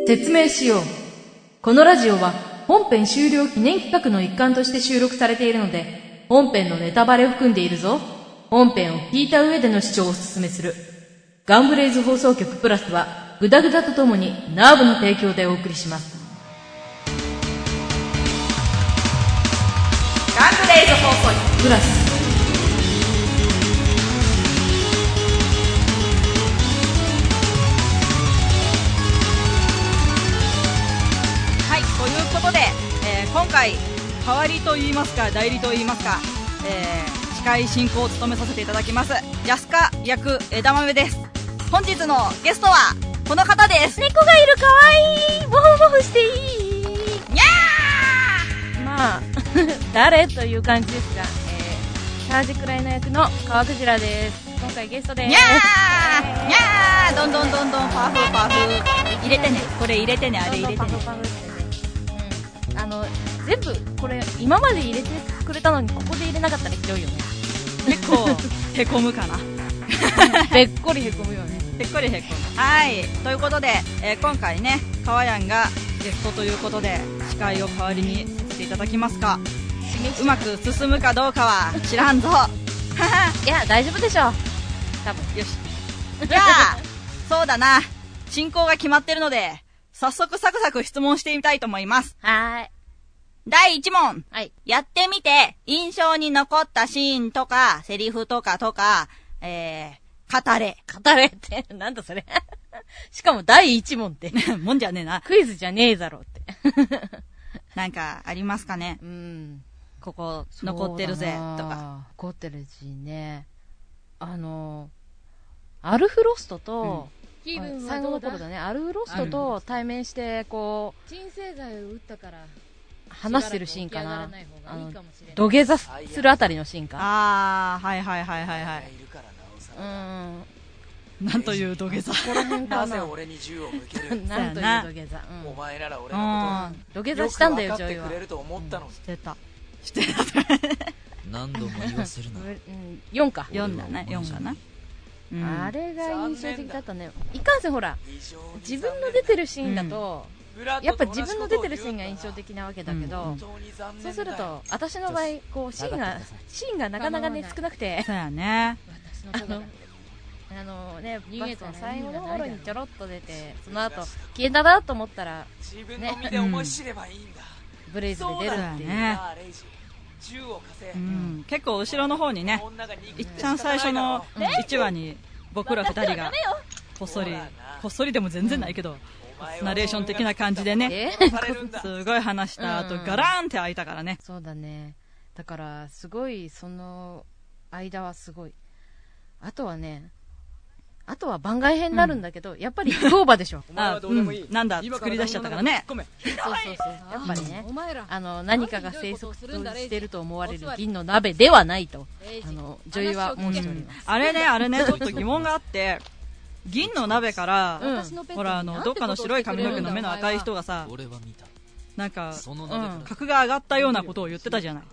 説明しよう。このラジオは本編終了記念企画の一環として収録されているので、本編のネタバレを含んでいるぞ。本編を聞いた上での視聴をお勧めする。ガンブレイズ放送局プラスはグダグダとともにナーブの提供でお送りします。 ガンブレイズ放送局プラスということで、今回代わりと言いますか代理と言いますか、司会進行を務めさせていただきます安香役枝豆です。本日のゲストはこの方です。 猫がいるかわいい。ボフボフしていい。 にゃーまあ誰という感じですが、サージクライナ役の川クジラです。今回ゲストです。 にゃーにゃーどんどんどんどんパフパフ入れてね、これ入れてね、あれ入れてね、 パフパフってね、全部これ今まで入れてくれたのにここで入れなかったらひどいよね。 結構へこむかなべっこりへこむよね。 ぺっこりへこむ。はい、ということで、今回ね川やんがゲストということで司会を代わりにさせていただきますが、うまく進むかどうかは知らんぞいや大丈夫でしょう多分。 よしじゃあそうだな、進行が決まってるので早速サクサク質問してみたいと思います。 はーい。 第1問、 はい、 やってみて印象に残ったシーンとかセリフとか語れってなんだそれしかも第1問ってもんじゃねえな、 クイズじゃねえだろってなんかありますかね。ここ残ってるぜとか。 残ってるしね、アルフロストと、最後の頃だね、アルフロストと対面してこう鎮静剤を打ったから話してるシーンかな。土下座するあたりのシーンか。 はいはいはいはいはい。なんという土下座。 なぜ俺に銃を向ける。 なんという土下座。 お前なら俺のこと土下座したんだよ、 よく分かってくれると思ったのに。 してた何度も言わせるな。 4か。 4だね、4かな。 あれが印象的だったね。いかんせんほら自分の出てるシーンだと、やっぱ自分の出てるシーンが印象的なわけだけど、そうすると私の場合こうシーンがなかなかね少なくて、 そうやね、 バスの最後の頃にちょろっと出てその後消えたなと思ったら自分の身で思い知ればいいんだ。 ブレイズで出るっていうね。結構後ろの方にね、いっちゃん最初の1話に僕ら2人がこっそりでも全然ないけどナレーション的な感じでねすごい話した後ガラーンって開いたからね。 そうだね、だからすごいその間はすごい。あとは番外編になるんだけど、やっぱりクオーバでしょなんだ作り出しちゃったからね。 そうやっぱりね、何かが生息してると思われる銀の鍋ではないと女優は申しております。 あれねちょっと疑問があって、銀の鍋から、ほらどっかの白い髪の毛の目の赤い人がさ、なんか格が上がったようなことを言ってたじゃない。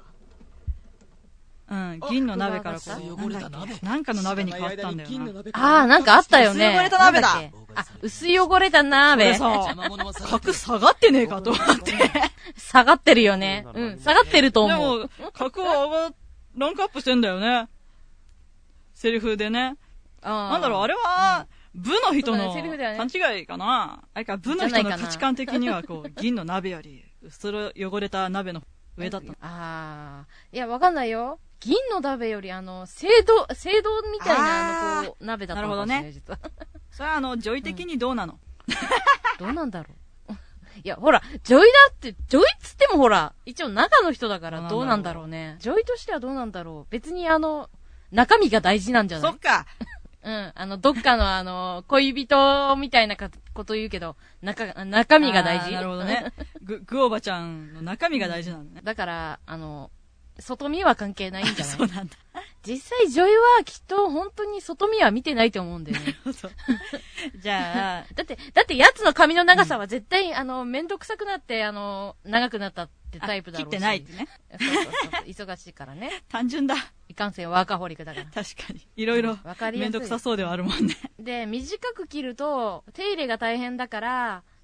銀の鍋からこうなんかの鍋に変わったんだよな。 なんかあったよね。 薄汚れた鍋だ。 薄汚れた鍋。 格下がってねえかと思って下がってるよね。下がってると思う。 でも格はランクアップしてんだよね、セリフでね。なんだろう、あれは部の人の勘違いかな。あれか、部の人の価値観的にはこう銀の鍋より薄汚れた鍋の上だった。 いやわかんないよ。銀の鍋より青銅みたいなこう鍋だったのかもしれない。なるほどね。実はそれは女医的にどうなの？ どうなんだろう。いやほら女医だって、女医っつってもほら一応中の人だからどうなんだろうね。女医としてはどうなんだろう。別に中身が大事なんじゃない？ そっか。 どっかの恋人みたいなこと言うけど中身が大事。 なるほどね。グおばちゃんの中身が大事なのね。 だから外見は関係ないんじゃない？ そうなんだ。 実際女優はきっと本当に外見は見てないと思うんだよね。 じゃあだってやつの髪の長さは絶対めんどくさくなって長くなったってタイプだろうし。 切ってないってね。 そう忙しいからね。 単純だ。 いかんせんワーカホリックだから。 確かにいろいろめんどくさそうではあるもんね。 で短く切ると手入れが大変だから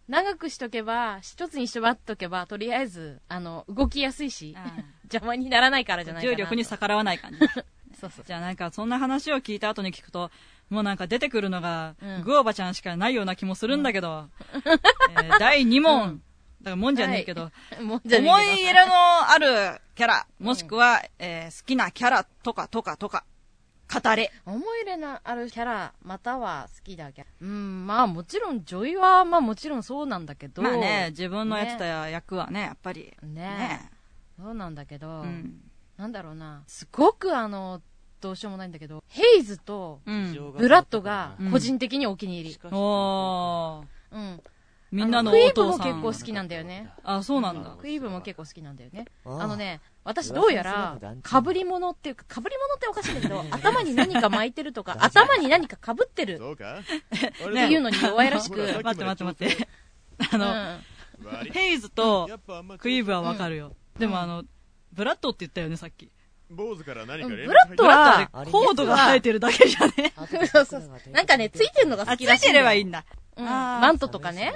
長くしとけば、一つに縛っとけば、とりあえず、動きやすいし、邪魔にならないからじゃないかな。 重力に逆らわない感じ。そうそう。じゃあなんか、そんな話を聞いた後に聞くと、もうなんか出てくるのが、グーおばちゃんしかないような気もするんだけど、第2問。だからもんじゃねえけど、思い入れのあるキャラ、もしくは、好きなキャラとか、語れ。 思い入れのあるキャラ、または好きだキャラ。まあもちろん女優は、まあもちろんそうなんだけど。 まあね、自分のやってた役はね、やっぱり。 ね。そうなんだけど、なんだろうな。すごくどうしようもないんだけど、ヘイズとブラッドが個人的にお気に入り。みんなのお父さん。クイーブも結構好きなんだよね。 あ、そうなんだ。 クイーブも結構好きなんだよね。私どうやら、被り物っていうか、被り物っておかしいんだけど、頭に何か巻いてるとか、頭に何か被ってるっていうのに弱いらしく。 待って。ヘイズとクイーブはわかるよ。でもブラッドって言ったよね、さっき。 ブラッドは、 コードが生えてるだけじゃね。 そうそう。なんかね、ついてるのが好きらしい。 ついてればいいんだ。 マントとかね。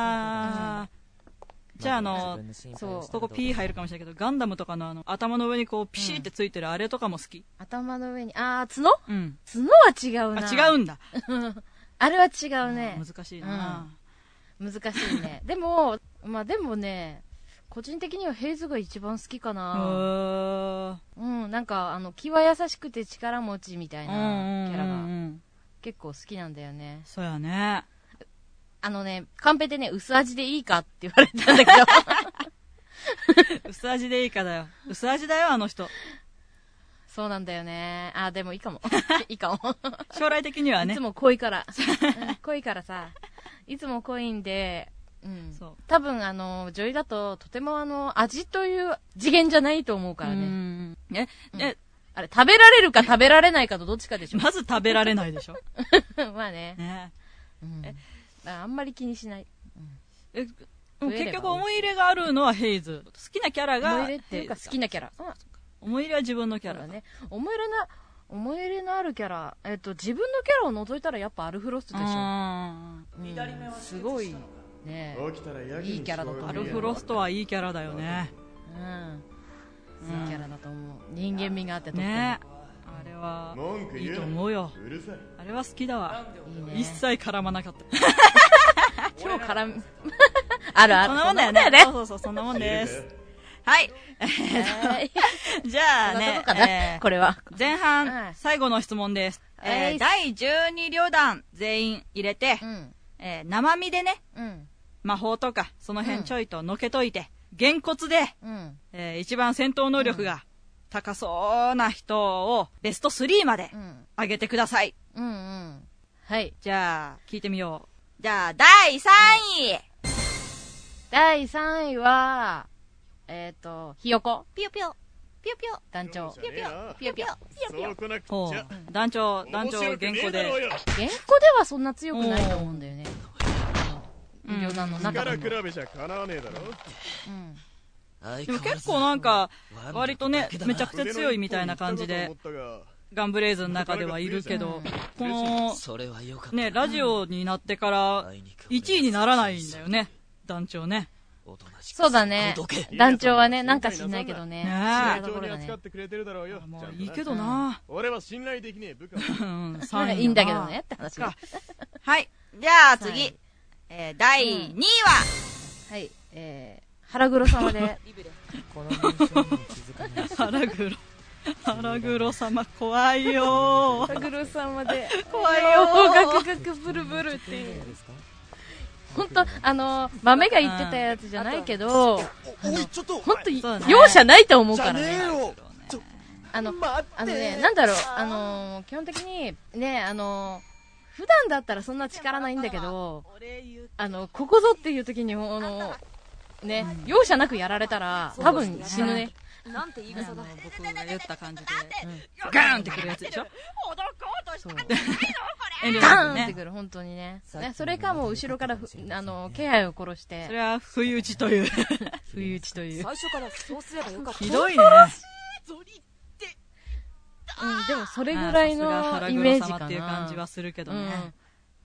じゃあここ P 入るかもしれないけど、ガンダムとかの頭の上にこうピシーってついてるあれとかも好き。 頭の上に、角？角は違うな。 違うんだ。 あれは違うね。 難しいな。 難しいね。でもね、個人的にはヘイズが一番好きかな。なんか気は優しくて力持ちみたいなキャラが結構好きなんだよね。 そうやね。 カンペでね、薄味でいいかって言われたんだけど。薄味でいいかだよ。薄味だよ、あの人。 そうなんだよね。でもいいかも。いいかも。 将来的にはね。 いつも濃いから。濃いからさ。いつも濃いんで、多分女優だととても味という次元じゃないと思うからね。あれ、食べられるか食べられないかとどっちかでしょ。 まず食べられないでしょ。 まあね。あんまり気にしない。 結局思い入れがあるのはヘイズ。好きなキャラが。 思い入れっていうか好きなキャラ。 思い入れは自分のキャラね。思い入れのあるキャラ。自分のキャラを除いたらやっぱアルフロストでしょ。すごいね。いいキャラだと思う。 アルフロストはいいキャラだよね。 いいキャラだと思う。人間味があってとっても。 ね。あれはいいと思うよ。あれは好きだわ。一切絡まなかった。 超絡む。ある。 そんなもんだよね。そう、そんなもんです。はい。じゃあね、 これは。 前半、最後の質問です。第12旅団全員入れて、生身でね、魔法とか、その辺ちょいとのけといて、げんこつで、一番戦闘能力が高そうな人をベスト3まで上げてください。 はい。 じゃあ、聞いてみよう。じゃあ、第3位。 第3位は、ひよこ。 ぴよぴよ。ぴよぴよ。 団長。 ぴよぴよ。ぴよぴよ。ぴよぴよ。 ほう。団長、原稿で。 原稿ではそんな強くないと思うんだよね。旅団の中でも。 力比べじゃかなわねえだろ。 でも結構なんか、割とね、めちゃくちゃ強いみたいな感じで、ガンブレイズの中ではいるけど、この、ね、ラジオになってから1位にならないんだよね、団長ね。 そうだね。団長はね、なんか知んないけどね。 ねえ。 もういいけどな。 俺は信頼できねえ部下。 いいんだけどねって話か。 はい。じゃあ次。第2位ははい。腹黒様で。 腹黒様怖いよ。 腹黒様で。 怖いよ。 ガクガクブルブルっていう。本当豆が言ってたやつじゃないけど、本当容赦ないと思うからね。なんだろう、基本的にね、普段だったらそんな力ないんだけど、ここぞっていう時にね、容赦なくやられたら多分死ぬね。 なんて言い草だ。 僕が言った感じで、ガーンってくるやつでしょ。 そう。 ガーンってくる、本当にね。それかもう後ろから気配を殺して。 それは不意打ちという。 不意打ちという。 最初からそうすればよかった。 ひどいね。 でもそれぐらいのイメージかな。 っていう感じはするけどね。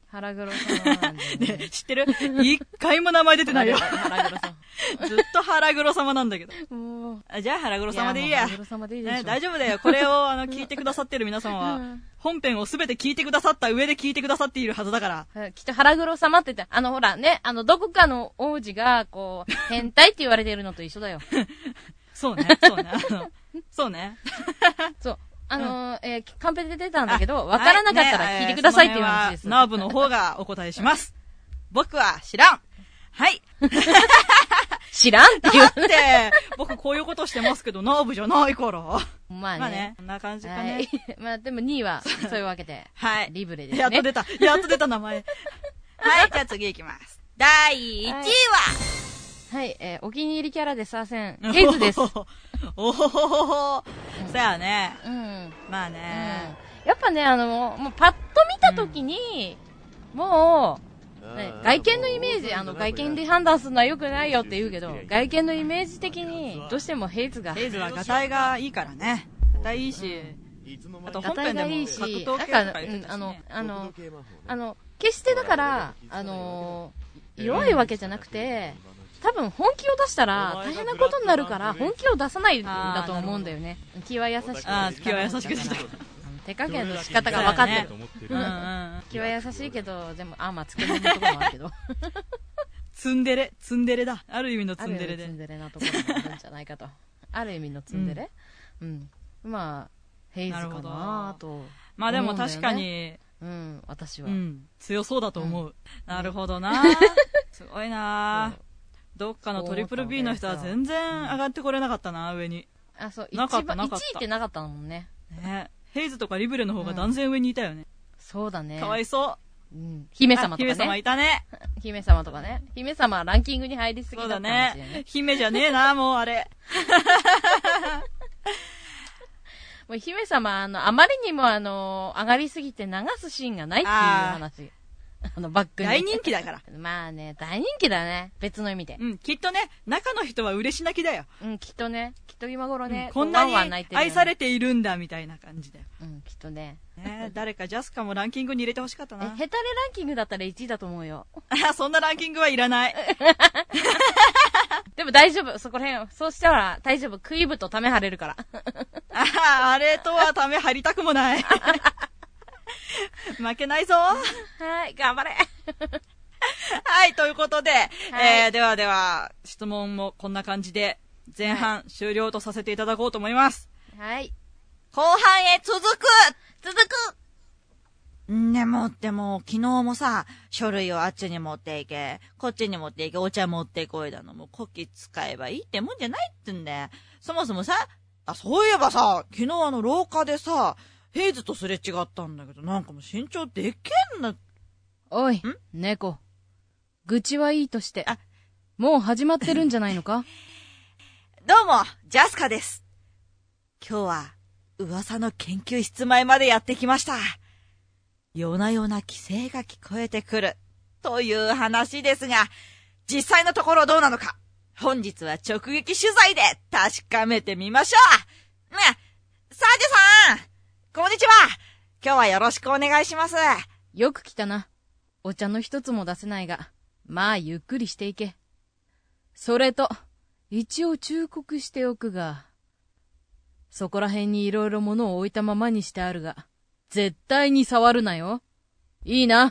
腹黒様なんだよね。 ね、知ってる？一回も名前出てないよ。 腹黒様。 ずっと腹黒様なんだけど。じゃあ腹黒様でいいや。 腹黒様でいいでしょ。 ね、大丈夫だよ。これを聞いてくださってる皆様は、本編をすべて聞いてくださった上で聞いてくださっているはずだから。 きっと腹黒様って言って、ほらね、どこかの王子が、こう、変態って言われてるのと一緒だよ。 そうね。そうね。 そう。カンペで出たんだけど、わからなかったら聞いてくださいっていう話です。 ナーブの方がお答えします。僕は知らん。はい。 知らんって言う。 だって、僕こういうことしてますけど、ナーブじゃないから。 まあね。 こんな感じかね。 まあでも2位は、そういうわけで。 はい。 リブレですね。 やっと出た名前。はい、じゃあ次行きます。第1位は、 はい、お気に入りキャラで参戦、ヘイズです。 おほほほほ。そやね。まあね。 やっぱね、もうパッと見たときに、もう、外見のイメージ、外見で判断するのは良くないよって言うけど、外見のイメージ的に、どうしてもヘイズはガタイがいいからね。ガタイいいし、あと本編でも格闘系とか言ってたしね。 決してだから、弱いわけじゃなくて、多分本気を出したら大変なことになるから本気を出さないんだと思うんだよね。気は優しく。 気は優しくした。 手加減の仕方が分かってる。気は優しいけど、でも、まあ、つけ麺のところもあるけど。 ツンデレだ。ある意味のツンデレで。 ツンデレなところがあるんじゃないかと。ある意味のツンデレまあ、ヘイズかなと。 まあでも確かに、 私は。 強そうだと思う。なるほどな。すごいな。どっかのトリプル B の人は全然上がってこれなかったな、上に。 そう、1位ってなかったもんね。 ね。ヘイズとかリブレの方が断然上にいたよね。 そうだね。 かわいそう。 姫様とかね。 姫様いたね。 姫様とかね。姫様はランキングに入りすぎだったんですよね。 姫じゃねえな、もうあれ。 もう姫様、あまりにも上がりすぎて流すシーンがないっていう話。バックに。 大人気だから。 まあね、大人気だね。別の意味で。 きっとね、中の人は嬉し泣きだよ。 きっとね。きっと今頃ね、 こんなに愛されているんだ、みたいな感じだよ。 きっとね。 誰かジャスカもランキングに入れてほしかったな。 ヘタレランキングだったら1位だと思うよ。 そんなランキングはいらない。 でも大丈夫、そこら辺。そうしたら大丈夫。クイブとため張れるから。 あれとはため張りたくもない。負けないぞ。 はい、頑張れ。 はい、ということで、では、質問もこんな感じで、前半終了とさせていただこうと思います。 はい。 後半へ続く。でも、昨日もさ、書類をあっちに持っていけ、こっちに持っていけ、お茶持ってこいだの、もうこき使えばいいってもんじゃないってんだよ。そもそもさ、そういえばさ、昨日廊下でさ、ヘイズとすれ違ったんだけど、なんかもう身長でっけえんだ。 おい、猫。愚痴はいいとして。もう始まってるんじゃないのか？ どうも、ジャスカです。今日は、噂の研究室前までやってきました。夜な夜な規制が聞こえてくる。という話ですが、実際のところどうなのか。本日は直撃取材で確かめてみましょう。サージュさん！こんにちは。今日はよろしくお願いします。 よく来たな。お茶の一つも出せないが、まあゆっくりしていけ。それと、一応忠告しておくが、そこら辺にいろいろ物を置いたままにしてあるが、絶対に触るなよ。いいな。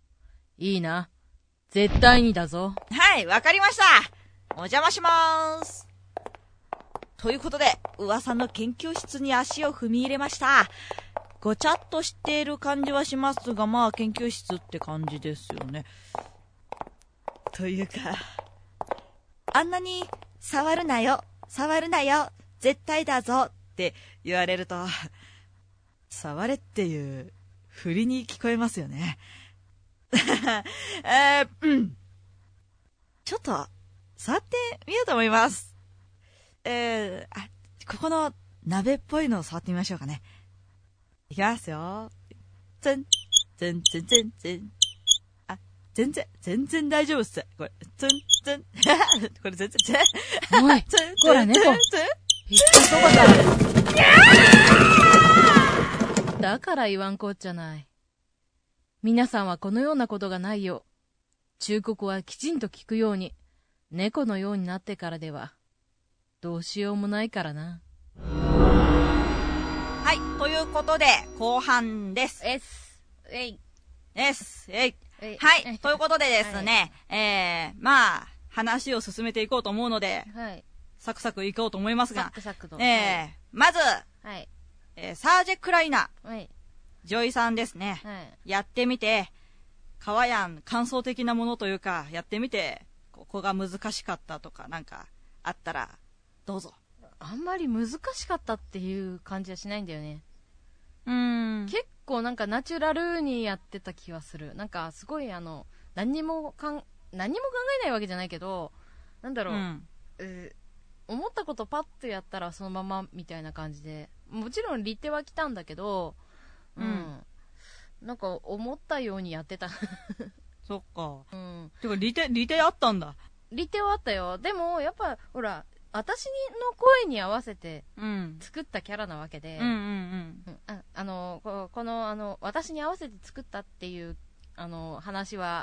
絶対にだぞ。 はい、わかりました。お邪魔しまーす。ということで、噂の研究室に足を踏み入れました。ごちゃっとしている感じはしますが、まあ研究室って感じですよね。というか、あんなに触るなよ、絶対だぞって言われると、触れっていう振りに聞こえますよね。ちょっと触ってみようと思います。ここの鍋っぽいのを触ってみましょうかね。いきますよ。全然大丈夫っす。これ、これ全然、 おい、こら猫。だから言わんこっちゃない。 皆さんはこのようなことがないよう、忠告はきちんと聞くように、猫のようになってからでは、どうしようもないからな。 はい、ということで、後半です。はい、ということでですね、まあ、話を進めていこうと思うので、 はい、 サクサクいこうと思いますが、 サクサクとまず、 はい、 サージェクライナ、 はい、 ジョイさんですね、 はい、 やってみて、かわやん感想的なものというか、やってみて、ここが難しかったとか、なんか、あったら、どうぞ。 あんまり難しかったっていう感じはしないんだよね。結構なんかナチュラルにやってた気はする。なんかすごい何も考えないわけじゃないけど、なんだろう、思ったことパッとやったらそのままみたいな感じで、もちろん利手は来たんだけど、なんか思ったようにやってた。 そっか。てか利手あったんだ。 利手はあったよ。でもやっぱほら、私の声に合わせて作ったキャラなわけで、私に合わせて作ったっていう話は、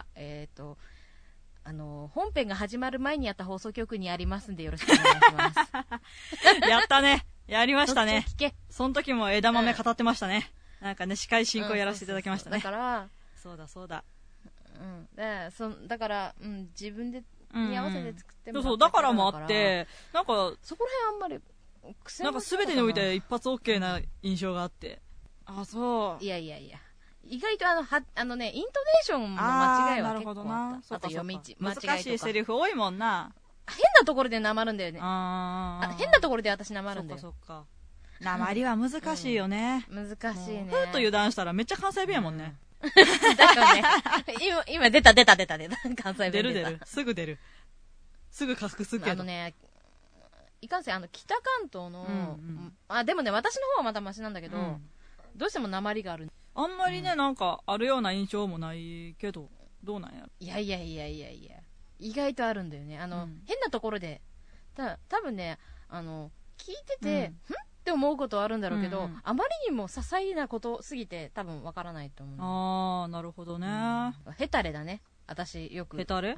本編が始まる前にやった放送局にありますんでよろしくお願いします。 やったね。やりましたね。その時も枝豆語ってましたね。なんかね、司会進行やらせていただきましたね。 だから、 そうだ。 だから、自分でに合わせて作ってもらった。 そう、だからもあって、なんか、 そこら辺あんまり、 なんか全てにおいて一発 OK な印象があって。あ、そう。 いや。意外とイントネーションの間違いは結構あった。あと読み間違いとか。 難しいセリフ多いもんな。 変なところでなまるんだよね。変なところで私なまるんだよ。 そっか。なまりは難しいよね。 難しいね。 ふーっと油断したらめっちゃ関西弁やもんね。 だよね。今出た。関西弁出る。すぐ出る。すぐ隠すけど。 いかんせん、北関東の、でもね、私の方はまだマシなんだけど、どうしても訛りがある。 あんまりね、なんか、あるような印象もないけど、どうなんやろ。 いや。意外とあるんだよね。変なところで、多分ね、聞いてて、って思うことはあるんだろうけど、あまりにも些細なことすぎて、多分わからないと思う。 なるほどね。 ヘタレだね。私、よく。 ヘタレ？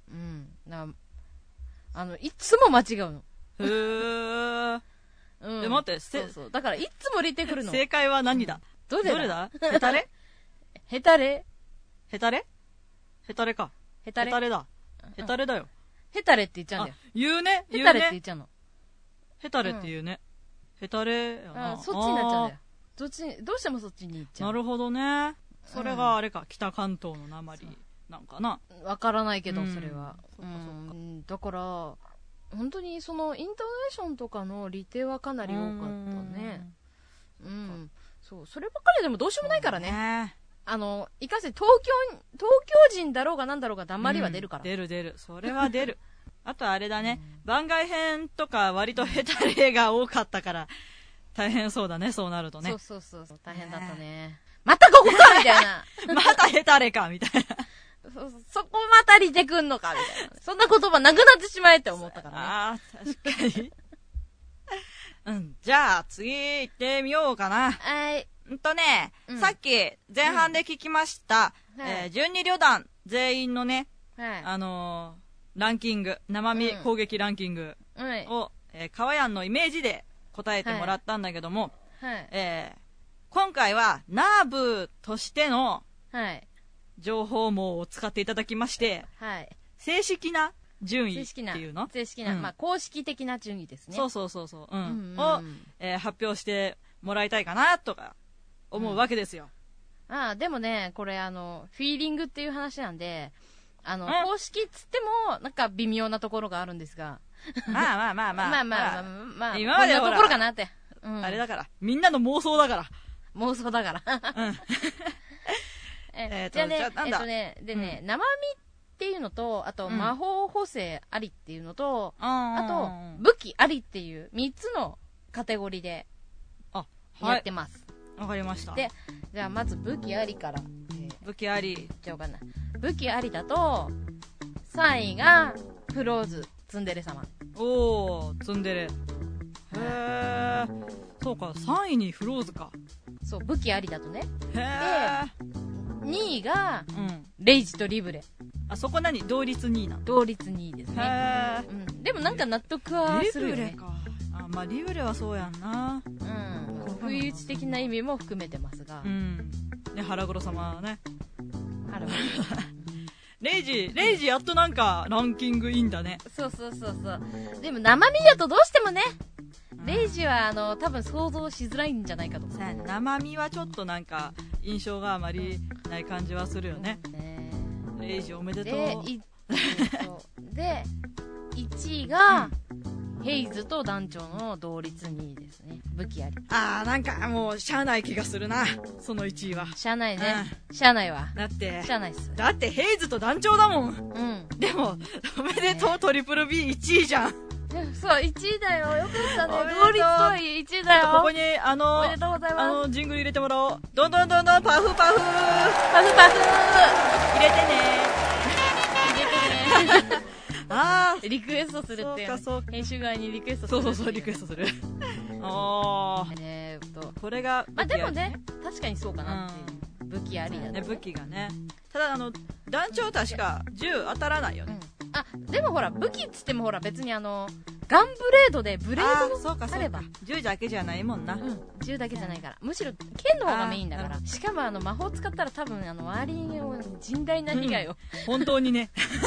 いつも間違うの。 へー。待って、 そう。だから、いつも入れてくるの。 正解は何だ？どれだ？ヘタレ？ ヘタレか。 ヘタレだ。ヘタレだよ。 ヘタレって言っちゃうんだよ。 言うね。 ヘタレって言っちゃうの。 ヘタレって言うね。ヘタレやな。 そっちになっちゃうんだよ。どうしてもそっちに行っちゃう。 なるほどね。それがあれか、北関東の訛りなんかな。 わからないけど、それは。だから、本当にそのイントネーションとかの利手はかなり多かったね。そう、そればっかりでもどうしようもないからね。いかんせん東京人だろうがなんだろうが訛りは出るから。 出る。それは出る。あとあれだね、番外編とか割とヘタレが多かったから、大変そうだね、そうなるとね。 そう、大変だったね。またここかみたいな。 またヘタレかみたいな。 そこまた利手くんのかみたいな。そんな言葉なくなってしまえって思ったからね。 確かに。じゃあ次行ってみようかな。 はい。 さっき前半で聞きました、12旅団全員のね、ランキング、生身攻撃ランキングを、かわやんのイメージで答えてもらったんだけども、今回はナーブとしての情報網を使っていただきまして、正式な順位っていうの？ 正式な、公式的な順位ですね。 そう。を、発表してもらいたいかなとか思うわけですよ。 でもね、これフィーリングっていう話なんで、公式っつっても、なんか微妙なところがあるんですが。 まあ。 今までのところかなって。 あれだから。みんなの妄想だから。 妄想だから。じゃあね、でね、生身っていうのと、あと魔法補正ありっていうのと、あと武器ありっていう3つのカテゴリーでやってます。 わかりました。 で、じゃあまず武器ありから。 武器あり。 いっちゃおうかな。武器ありだと、3位がフローズツンデレ様。 ツンデレ。へー。そうか、3位にフローズか。 そう、武器ありだとね。で、 2位が、 うん。 レイジとリブレ。 あ、そこ何同率2位なの？ 同率2位ですね。 へー。 うん。でもなんか納得はするよね。 リブレか。あ、まあリブレはそうやんな。 うん。不意打ち的な意味も含めてますが。 うん。ね、腹黒様ね。 腹黒。 レイジやっとなんかランキングいいんだね。 そう。でも生身だとどうしてもね、レイジは多分想像しづらいんじゃないかと思う。 生身はちょっとなんか印象があまりない感じはするよね。レイジおめでとう。 で、1位が、ヘイズと団長の同率2位ですね。武器あり。 なんかもうしゃあない気がするな、その1位は。 しゃあないね。しゃあないわ。 だってしゃあないっす。 だってヘイズと団長だもん。 うん。 でもおめでとう、トリプル B1 位じゃん。 そう、1位だよ。よかったね。同率といい1位だよ。 ここにおめでとうございます。 ジングル入れてもらおう。どんどんパフパフパフパフ入れてね入れてねリクエストするっていう、 そうか編集側にリクエストする。 そう、リクエストする。これがまあでもね、確かにそうかなっていう。武器ありだね。 武器がね。ただ団長確か銃当たらないよね。 あ、でもほら、武器っつってもほら、別にガンブレードでブレードがあれば。 銃だけじゃないもんな。 銃だけじゃないから。むしろ、剣の方がメインだから。しかも魔法使ったら多分、周りに甚大な被害を。 本当にね。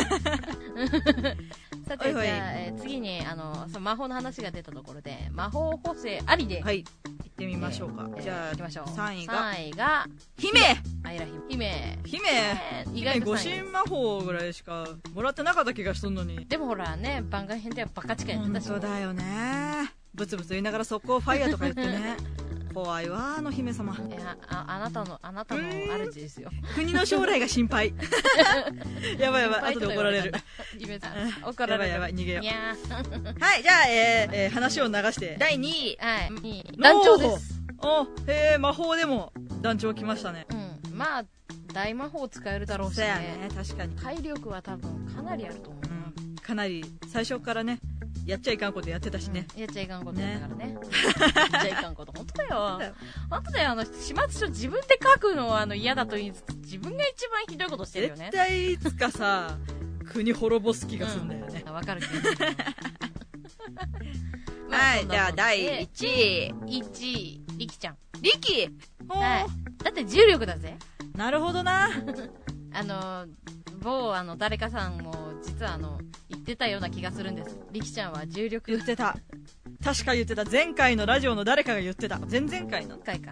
さて、じゃあ、次に、魔法の話が出たところで、魔法補正ありで。 はい。行ってみましょうか。じゃあ、 行きましょう。 3位が、 姫。 アイラ姫。 意外と御神魔法ぐらいしかもらってなかった気がしとんのに。 でもほらね、番外編ではバカチカやってたし。 本当だよね。ブツブツ言いながら速攻ファイヤーとか言ってね。怖いわ、姫様。 あなたの主ですよ。 国の将来が心配。やばい、後で怒られる。 姫さん。怒られる。 やばい、逃げよう。はい、じゃあ、話を流して。第2位。 はい。団長です。 魔法でも団長来ましたね。 まあ、大魔法使えるだろうしね。 そうやね、確かに。 体力は多分かなりあると思う。かなり、最初からね、やっちゃいかんことやってたしね。 やっちゃいかんことやったからね。やっちゃいかんこと。本当だよ。本当だよ。始末書自分で書くのは嫌だと言いつつ、自分が一番ひどいことしてるよね。 絶対いつかさ、国滅ぼす気がすんだよね。 わかるけど。 はい、じゃあ第1位。 1位、リキちゃん。 リキ！ はい。だって重力だぜ。 なるほどな。 誰かさんも実は言ってたような気がするんです。リキちゃんは重力。 言ってた。確か言ってた。前回のラジオの誰かが言ってた。前々回の。 前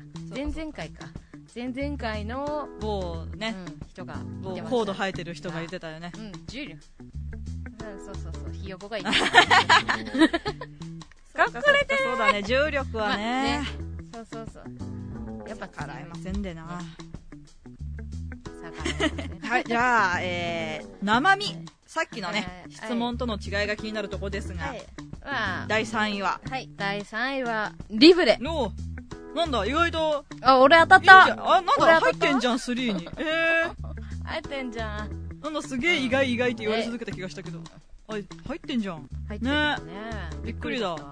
々回の某ね、 人が某コード生えてる人が言ってたよね。 重力。そうひよこが言ってた。隠れてる。 そうだね、重力はね。 そう。やっぱからえませんでな。 はい、じゃあ、生身。さっきのね、質問との違いが気になるとこですが、第3位は。 はい、第3位は、リブレ。 なんだ、意外と。 俺当たった。 なんだ、入ってんじゃん、3に。 入ってんじゃん。 なんだ、すげえ意外って言われ続けた気がしたけど。入ってんじゃん。 入ってるね。 びっくりだ。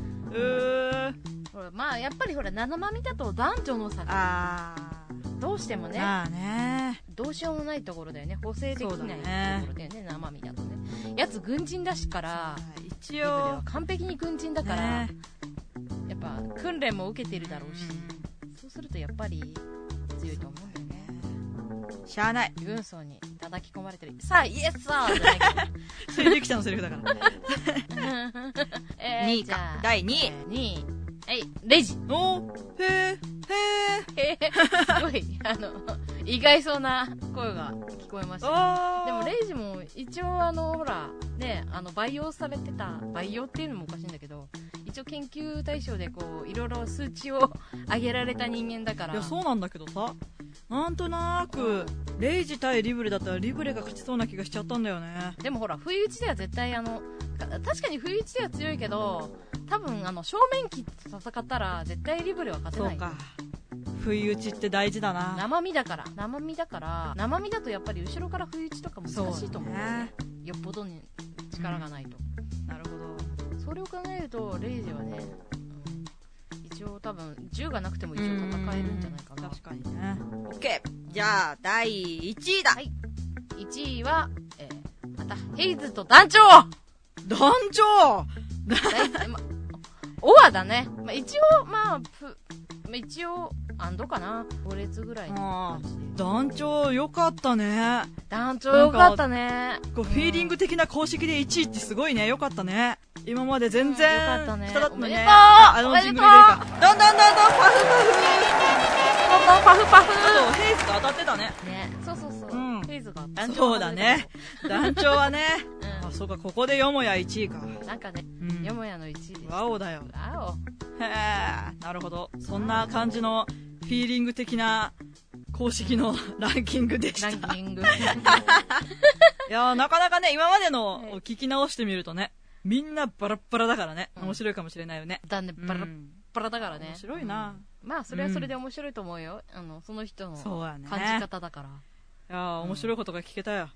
まあ、やっぱりほら、生身だと団長の差が。どうしてもね。 まあね。 どうしようもないところだよね。補正できないところだよね、生身だとね。やつ軍人だしから、 一応。 完璧に軍人だから、やっぱ訓練も受けてるだろうし、そうするとやっぱり強いと思うんだよね。 しゃあない。 軍曹に叩き込まれてる。さあ、イエスさーじゃないけど。 それリキちゃんのセリフだから。2位か。第2位。 2位。はい、レジ。 へすごい、意外そうな声が聞こえました。でも、レイジも一応ほら、ね、培養されてた、培養っていうのもおかしいんだけど、一応研究対象でいろいろ数値を上げられた人間だから。 いや、そうなんだけどさ、なんとなく、レイジ対リブレだったらリブレが勝ちそうな気がしちゃったんだよね。 でもほら、不意打ちでは絶対確かに不意打ちでは強いけど、多分正面切って戦ったら絶対リブレは勝てない。 そうか。不意打ちって大事だな。 生身だから生身だとやっぱり後ろから不意打ちとか難しいと思うね。よっぽどに力がないと。 なるほど。 それを考えるとレイジはね、一応多分銃がなくても一応戦えるんじゃないかな。 確かにね。オッケー。 じゃあ、第1位だ。 はい。1位は、また、ヘイズと団長団長オアだね。一応、どうかな ?5 列ぐらいの感じで。 団長よかったね。 団長よかったね。 フィーリング的な公式で1位ってすごいね。よかったね。今まで全然下だったのにね。 あのジングル入れるか。どんどんパフパフあと、ヘイズと当たってたね。 ね。そう。ヘイズが。 そうだね。団長はね。あ、そうか、ここでよもや1位か。 なんかね、よもやの1位です。 ワオだよ。 ワオ。 へー、なるほど。そんな感じのフィーリング的な公式のランキングでした。 ランキング。 いやー、なかなかね、今までのを聞き直してみるとね、みんなバラッバラだからね、面白いかもしれないよね。 だね、バラッバラだからね。 面白いな。 まあ、それはそれで面白いと思うよ。その人の感じ方だから。いやー、面白いことが聞けたよ。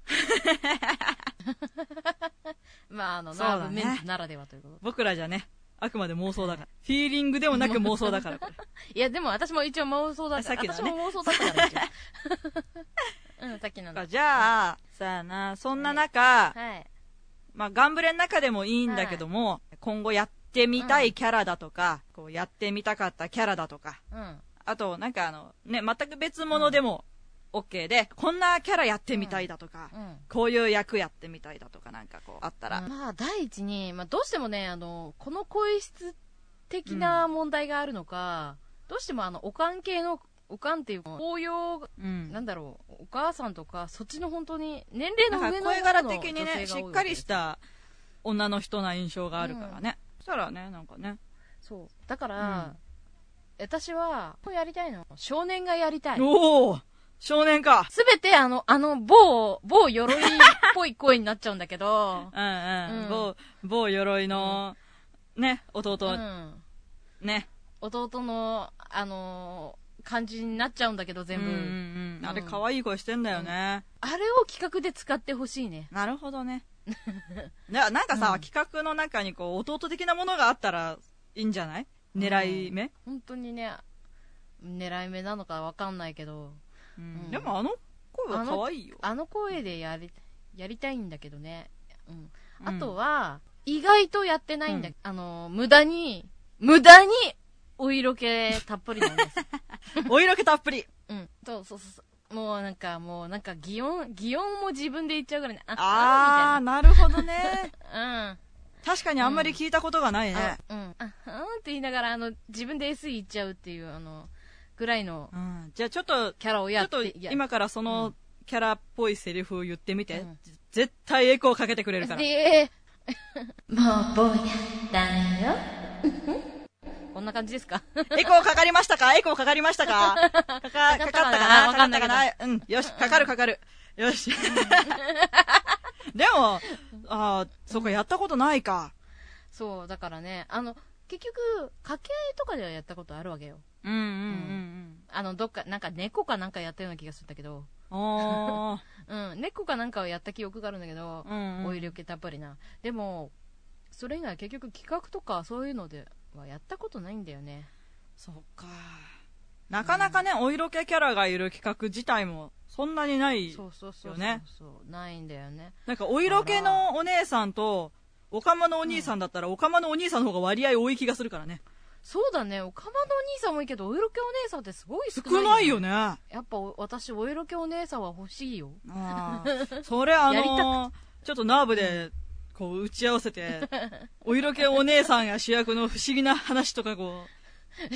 まあ、ナーブメンツならではということ。 僕らじゃね、あくまで妄想だから。フィーリングでもなく妄想だから、これ。 いや、でも私も一応妄想だから。 さっきのね。 私も妄想だったから一応。さっきの。 じゃあ、さあな、そんな中、まあ、ガンブレの中でもいいんだけども、今後やってみたいキャラだとか、こうやってみたかったキャラだとか、あと、なんかね、全く別物でも OK で、こんなキャラやってみたいだとか、こういう役やってみたいだとかなんかこうあったら。 まあ、第一に、どうしてもね、この声質的な問題があるのか、どうしてもおかん系の、おかんっていうか、応用、なんだろう、お母さんとか、そっちの本当に、年齢の上の声柄的にね、しっかりした女の人な印象があるからね。そしたらね、なんかね。 そう。だから、私は、やりたいの。少年がやりたい。 おー少年か。 すべて某鎧っぽい声になっちゃうんだけど。 某鎧の、ね、弟。ね。 弟の、感じになっちゃうんだけど、全部。 あれ可愛い声してんだよね。 あれを企画で使ってほしいね。 なるほどね。なんかさ、企画の中にこう、弟的なものがあったらいいんじゃない？狙い目？ 本当にね、狙い目なのかわかんないけど。 でも声は可愛いよ。 あの声でやりたいんだけどね。あとは、意外とやってないんだ。無駄に、お色気たっぷりなんです。 お色気たっぷり。 そう。もうなんか、擬音も自分で言っちゃうからね。 なるほどね。確かにあんまり聞いたことがないね。 って言いながら、自分で SE 言っちゃうっていう、ぐらいの、 じゃあちょっと、 キャラをやって、 今からそのキャラっぽいセリフを言ってみて。絶対エコーかけてくれるから。 もう坊やだよ。こんな感じですか？ エコーかかりましたか？かかったかな？ わかんないけど。 よし、かかる。よし。でも、そっか、やったことないか。 そう、だからね、結局、家系とかではやったことあるわけよ。どっか、なんか猫かなんかやったような気がするんだけど。猫かなんかをやった記憶があるんだけど、オイル系たっぷりな。でも、それ以外結局企画とかそういうのではやったことないんだよね。 そうか。なかなかね、お色気キャラがいる企画自体もそんなにないよね。 そう、ないんだよね。 なんかお色気のお姉さんと、おかまのお兄さんだったら、おかまのお兄さんの方が割合多い気がするからね。 そうだね、おかまのお兄さんもいいけど、お色気お姉さんってすごい少ないよね。 やっぱ私、お色気お姉さんは欲しいよ。 それちょっとナーブで、こう打ち合わせて、お色気お姉さんが主役の不思議な話とかこう、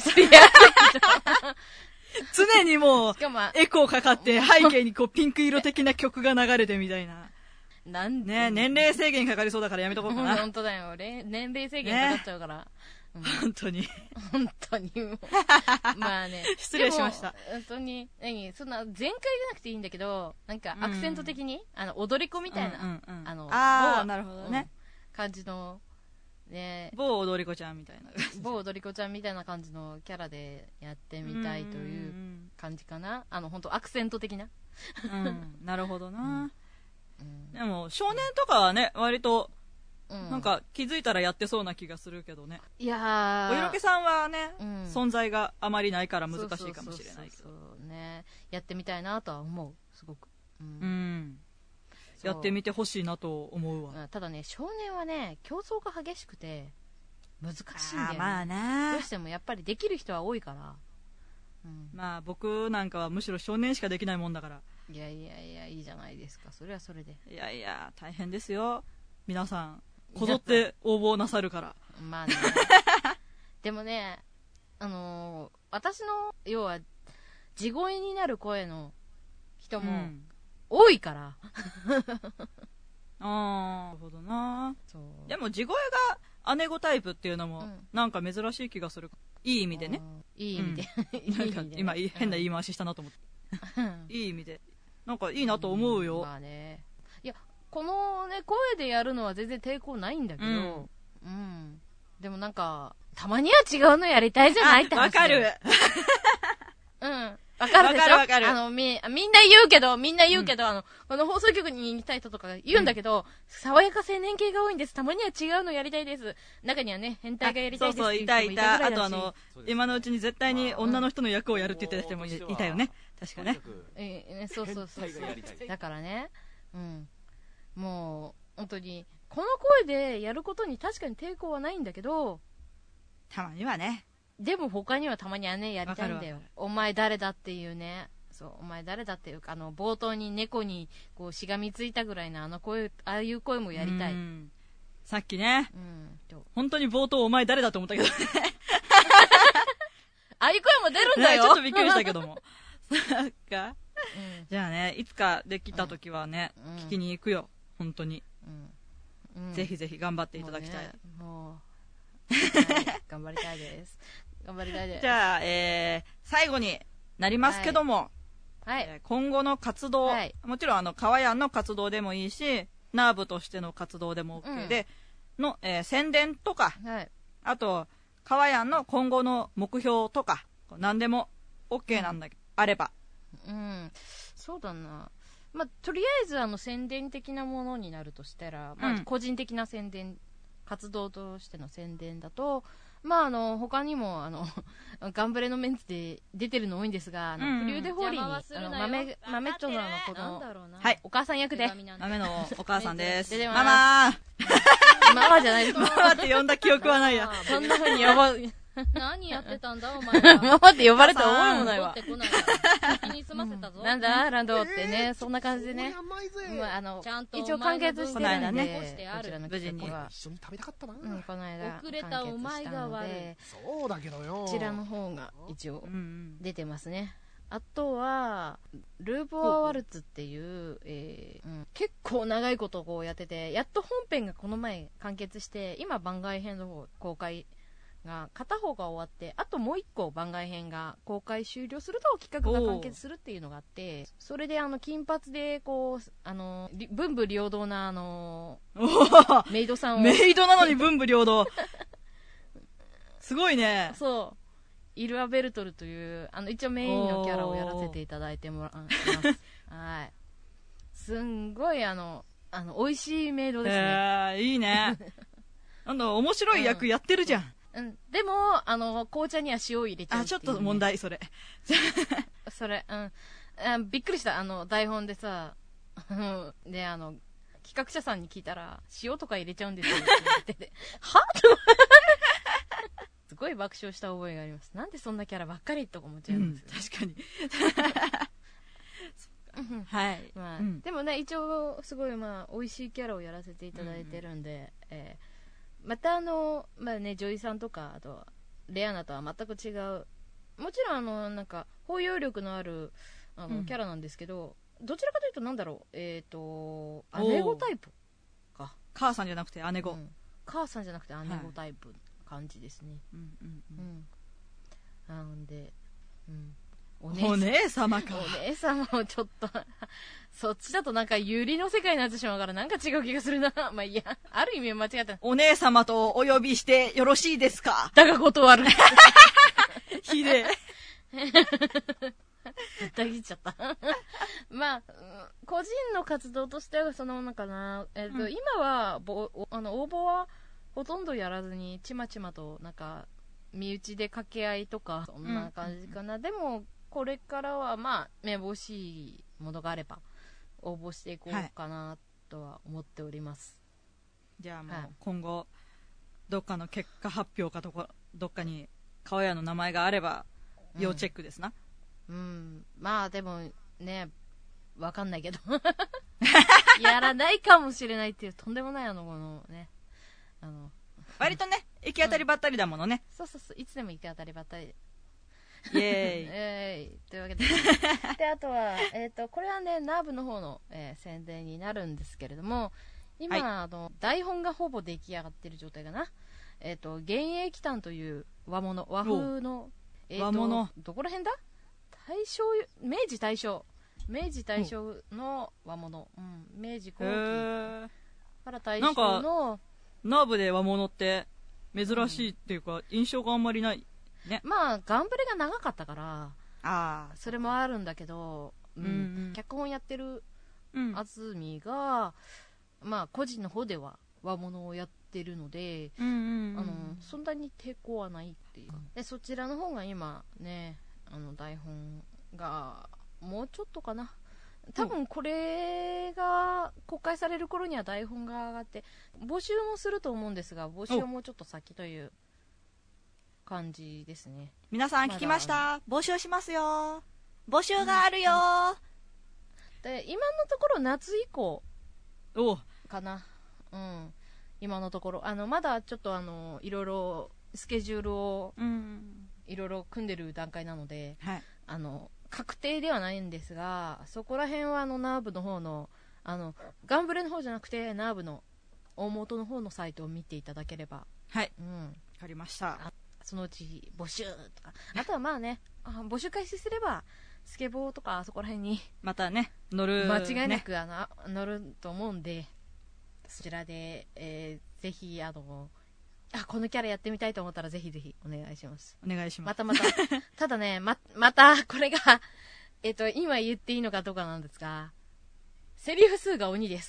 常にもう、エコーかかって、背景にこうピンク色的な曲が流れてみたいな。ね、年齢制限かかりそうだからやめとこうかな。 本当だよ。年齢制限かかっちゃうから。 本当に。 まあね。 失礼しました。 本当に、そんな、全開じゃなくていいんだけど、なんかアクセント的に、踊り子みたいな、 なるほどね。 感じの、ね、 某踊り子ちゃんみたいな。 某踊り子ちゃんみたいな感じのキャラでやってみたいという感じかな。本当アクセント的な。 なるほどな。でも、少年とかはね、割と、 なんか気づいたらやってそうな気がするけどね。 いやー。 お色気さんはね、存在があまりないから難しいかもしれないけど。 そうね。やってみたいなとは思う。すごく。 やってみてほしいなと思うわ。 ただね、少年はね、競争が激しくて、難しいんだよね。 まあね。 どうしてもやっぱりできる人は多いから。 まあ僕なんかはむしろ少年しかできないもんだから。 いや、いいじゃないですか。それはそれで。 いや、大変ですよ。皆さん、こぞって応募なさるから。 まあね。でもね、私の、要は、地声になる声の人も、多いから。 なるほどな。でも地声が姉子タイプっていうのも、なんか珍しい気がする。いい意味でね。 いい意味で。 なんか今変な言い回ししたなと思って。いい意味で。なんかいいなと思うよ。 まあね。いや、このね、声でやるのは全然抵抗ないんだけど、でもなんか、たまには違うのやりたいじゃないって話。 わかる。 わかるでしょ。 わかる。 みんな言うけど、この放送局に行きたい人とか言うんだけど、爽やか青年系が多いんです。たまには違うのやりたいです。中にはね、変態がやりたいです。 そう、いた。あと今のうちに絶対に女の人の役をやるって言ってた人もいたよね。確かね。 そう。だからね、もう、本当に、この声でやることに確かに抵抗はないんだけど、 たまにはね。 でも他にはたまにはね、やりたいんだよ。お前誰だっていうね。そう、お前誰だっていうか、冒頭に猫にこうしがみついたぐらいの声、ああいう声もやりたい。 さっきね、本当に冒頭お前誰だと思ったけどね。 ああいう声も出るんだよ。 ちょっとびっくりしたけども。そっか。じゃあね、いつかできた時はね、聞きに行くよ。本当に。ぜひぜひ頑張っていただきたい。 頑張りたいです。 じゃあ、最後になりますけども、今後の活動、もちろんかわやんの活動でもいいし、ナーブとしての活動でも OK で、宣伝とか、あと、かわやんの今後の目標とか、何でも OK なんだけど、あれば。 そうだな。まあ、とりあえず宣伝的なものになるとしたら、まあ、個人的な宣伝、活動としての宣伝だと、まあ他にもガンブレのメンツで出てるの多いんですが、フリューデホーリーに豆チョナのこのお母さん役で豆のお母さんです。 ママじゃないです。 ママって呼んだ記憶はないや。 そんな風に呼ば何やってたんだお前は。 ママって呼ばれた覚えもないわ。 気に済ませたぞ。 なんだランドってね、そんな感じでね。一応完結してるんで、こちらの企画は。 一緒に食べたかったな。 この間遅れたお前が悪い。 そうだけどよ。 こちらの方が一応出てますね。あとはルーボアワルツっていう、結構長いことこうやってて、やっと本編がこの前完結して、今番外編の方公開が片方が終わって、あともう一個番外編が公開終了すると企画が完結するっていうのがあって、それで金髪でこう文武両道なメイドさんをメイドなのに文武両道すごいね。 そうイルア・ベルトルという一応メインのキャラをやらせていただいてます。はい。すんごい美味しいメイドですね。 いいね。面白い役やってるじゃん。 でも紅茶には塩を入れちゃうっていう、ね。 ちょっと問題それ。 それびっくりした台本でさで企画者さんに聞いたら塩とか入れちゃうんですよって言っててはすごい爆笑した覚えがあります。なんでそんなキャラばっかりとか思っちゃうんですよ、 確かに。はい。 でもね、一応すごい美味しいキャラをやらせていただいてるんで、また女優さんとかあとレアナとは全く違う、もちろんなんか包容力のあるキャラなんですけど、どちらかというとなんだろう、姉子タイプか。 母さんじゃなくて姉子。 母さんじゃなくて姉子タイプ。感じですね。なので、 お姉様か。 お姉様をちょっとそっちだとなんかユリの世界になってしまうからなんか違う気がするな。まあいいや、ある意味間違った。 お姉様とお呼びしてよろしいですか。 だが断る。 ひでえ。 ぶった切っちゃった。まあ、個人の活動としてはそのものかな。今は応募はほとんどやらずに、ちまちまと、なんか、身内で掛け合いとか、そんな感じかな。でも、これからは、まあ、めぼしいものがあれば、応募していこうかな、とは思っております。 じゃあもう、今後、どっかの結果発表かどっかに、川屋の名前があれば、要チェックですな。 まあ、でも、ね、わかんないけど。やらないかもしれないっていう、とんでもないこのね、 割とね、行き当たりばったりだものね。 そう、いつでも行き当たりばったり。 イエーイというわけで。で、あとは、これはね、ナーブの方の、宣伝になるんですけれども、今、台本がほぼ出来上がってる状態かな。幻影奇譚という和風の、 和物。 どこら辺だ？明治大正の和物。明治後期から大正の。 ナーブで和物って珍しいっていうか、印象があんまりない。ね。 まあ、ガンブレが長かったから、それもあるんだけど、脚本やってる安住が、まあ、個人の方では和物をやってるので、そんなに抵抗はないっていう。で、そちらの方が今ね、台本が、もうちょっとかな。多分これが公開される頃には台本が上がって募集もすると思うんですが、募集もうちょっと先という感じですね。 皆さん聞きました？募集しますよ。募集があるよ。 で、今のところ夏以降かな。今のところまだちょっといろいろスケジュールをいろいろ組んでる段階なので、確定ではないんですが、そこら辺はナーブの方のガンブレの方じゃなくてナーブの大元の方のサイトを見ていただければ、 わかりました。 そのうち募集とか、あとはまあね、募集開始すればスケボーとかそこら辺にまたね乗る、 間違いなく乗ると思うんで、そちらで、ぜひこのキャラやってみたいと思ったらぜひぜひお願いします。 お願いします。 またただね、またこれが今言っていいのかどうかなんですが、セリフ数が鬼です。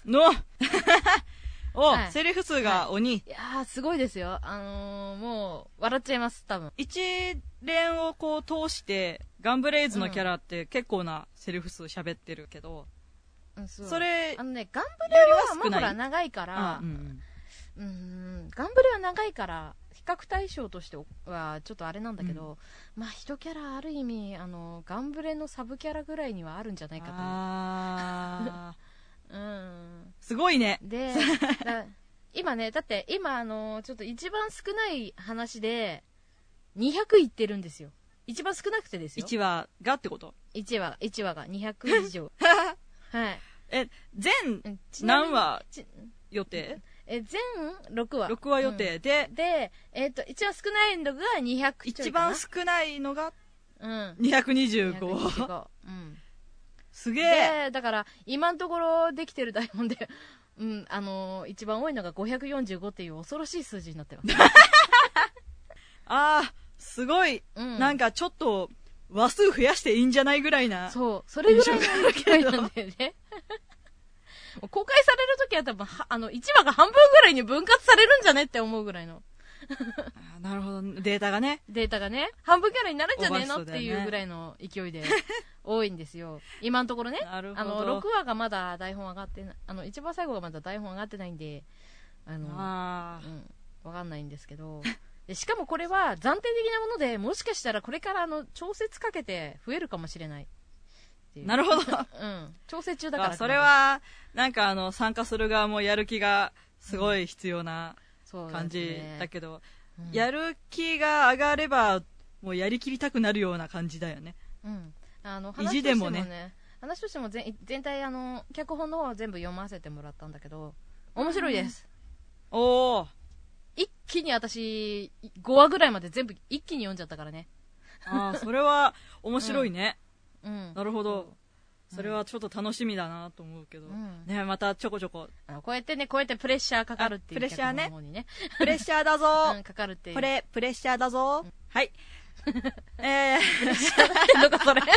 セリフ数が鬼。 いやー、すごいですよ。もう笑っちゃいます、多分。 一連をこう通してガンブレイズのキャラって結構なセリフ数喋ってるけど、それガンブレはもうほら長いから、ガンブレは長いから比較対象としてはちょっとあれなんだけど、まあ一キャラある意味ガンブレのサブキャラぐらいにはあるんじゃないかという。 すごいね。 で、今ね、だって今ちょっと一番少ない話で200いってるんですよ。一番少なくてですよ。 1話がってこと？ 1話が200以上。はい。 全何話予定？ 全6話。 6話予定で、 一番少ないのが200ちょいかな。 一番少ないのが225。すげえ。 で、だから今のところできてる台本で、一番多いのが545っていう恐ろしい数字になってます。 すごい、なんかちょっと話数増やしていいんじゃないぐらいな。 そう、それぐらいの勢いなんだよね。公開されるときは多分1話が半分ぐらいに分割されるんじゃねって思うぐらいの。 なるほど。データがね。 半分キャラになるんじゃねえのっていうぐらいの勢いで多いんですよ。今のところね。 なるほど。 6話がまだ台本上がってない。一番最後がまだ台本上がってないんで、わかんないんですけど。しかもこれは暫定的なもので、もしかしたらこれから調節かけて増えるかもしれない。 なるほど。 調整中だから。 それは、なんか参加する側もやる気がすごい必要な感じだけど、やる気が上がれば、もうやりきりたくなるような感じだよね。意地でもね。 話としても全体、脚本の方は全部読ませてもらったんだけど、面白いです。一気に私、5話ぐらいまで全部一気に読んじゃったからね。 それは面白いね。なるほど。それはちょっと楽しみだなと思うけど。ね、またちょこちょこ。 こうやってプレッシャーかかるっていう。 プレッシャーね。プレッシャーだぞ。 かかるっていう。 これ、プレッシャーだぞ。はい。 のかそれ。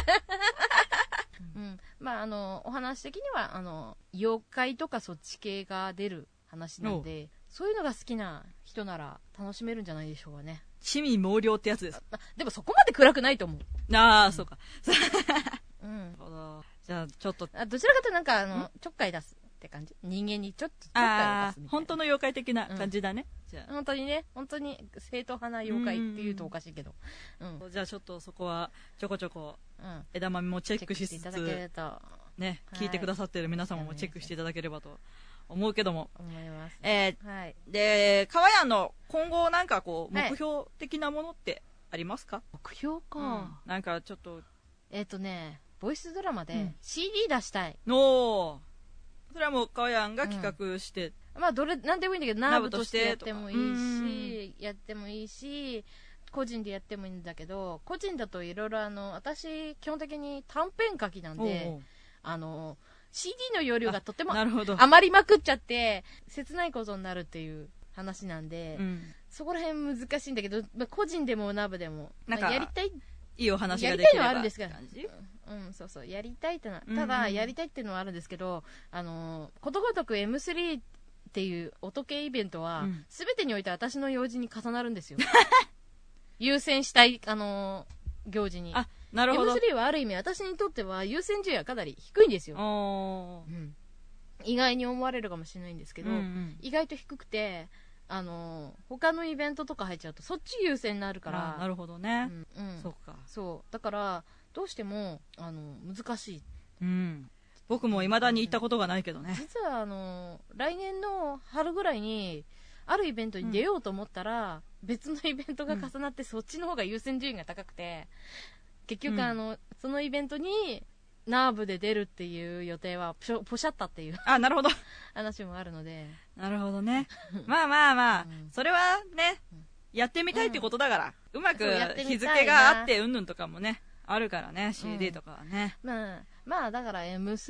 まあお話的には妖怪とかそっち系が出る話なんで、そういうのが好きな人なら楽しめるんじゃないでしょうかね。 趣味猛量ってやつです。 でもそこまで暗くないと思う。 ああ、そうか。 うん。 じゃあちょっとどちらかというとなんかちょっかい出すって感じ。人間にちょっとちょっかいを出すみたいな。 本当の妖怪的な感じだね。 じゃあ本当にね、本当に正統派な妖怪っていうとおかしいけど。 じゃあちょっとそこはちょこちょこ枝豆もチェックしつつ、 いただけるとね、聞いてくださっている皆様もチェックしていただければと思うけども。 思います。 で、かわやんの今後なんかこう目標的なものってありますか？ 目標か。 なんかちょっとボイスドラマで CD 出したい。 それはもうかわやんが企画して、 まあなんでもいいんだけど、ナーブとしてやってもいいし、個人でやってもいいんだけど、個人だといろいろ私基本的に短編書きなんで、CD の容量がとても余りまくっちゃって切ないことになるっていう話なんで、そこら辺難しいんだけど、個人でもナーブでもやりたい、 いいお話ができればやりたいのはあるんですが、そうやりたいってのは、ただやりたいっていうのはあるんですけど、ことごとく M3 っていう音系イベントは、全てにおいて私の用事に重なるんですよ。優先したい行事に。 なるほど。 M3 はある意味私にとっては優先順位はかなり低いんですよ。意外に思われるかもしれないんですけど、意外と低くて、他のイベントとか入っちゃうとそっち優先になるから。 なるほどね。そうか。 そうだからどうしても難しい。 僕も未だに行ったことがないけどね。 実は来年の春ぐらいにあるイベントに出ようと思ったら、別のイベントが重なって、そっちの方が優先順位が高くて、結局そのイベントにナーブで出るっていう予定はポシャったっていうなるほど話もあるので。 なるほどね。まあ、それはね、やってみたいってことだから、うまく日付があってうんぬんとかもねあるからね、CD とかはね。 まあだから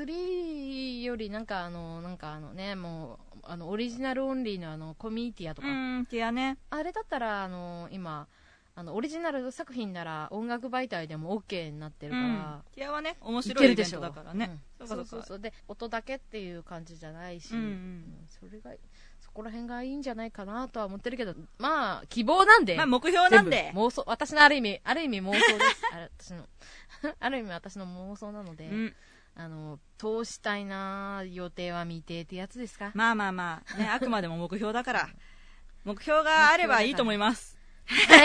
M3 よりなんかもうオリジナルオンリーのコミュニティアとか、 ティアね、あれだったら今オリジナル作品なら音楽媒体でも OK になってるから、 ティアはね面白いイベントだからね。 そうで音だけっていう感じじゃないし、そこら辺がいいんじゃないかなとは思ってるけど、まあ希望なんで、 目標なんで、 妄想、私のある意味妄想ですある意味私の妄想なので、通したいな予定は未定ってやつですか。 まあね、あくまでも目標だから目標があればいいと思います。 はい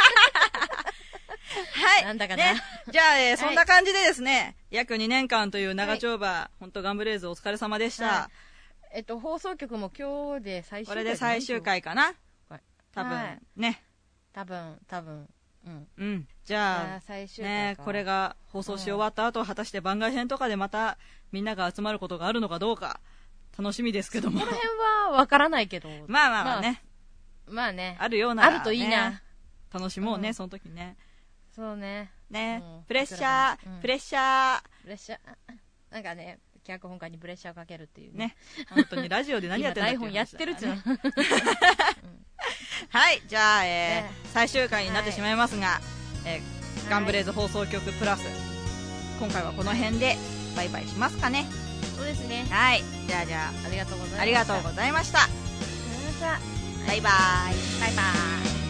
なんだかな、じゃあ、そんな感じでですね、約2年間という長丁場、本当ガンブレイズお疲れ様でした。 放送局も今日で最終回。 これで最終回かな、多分ね。 多分じゃあ最終回ね、これが放送し終わった後、果たして番外編とかでまたみんなが集まることがあるのかどうか楽しみですけども、 この辺はわからないけど、 まあね、あるようならね、 あるといいな。 楽しもうね、その時ね。 そうね。 プレッシャー、プレッシャー。 なんかね、脚本家にプレッシャーをかけるっていうね。本当にラジオで何やってんだっていう話だ台本やってるっつうの。 はい、じゃあ、最終回になってしまいますが、ガンブレイズ放送局プラス、今回はこの辺でバイバイしますかね。 そうですね。 はい、じゃあありがとうございました。 ありがとうございました。バイバイ。 バイバイ。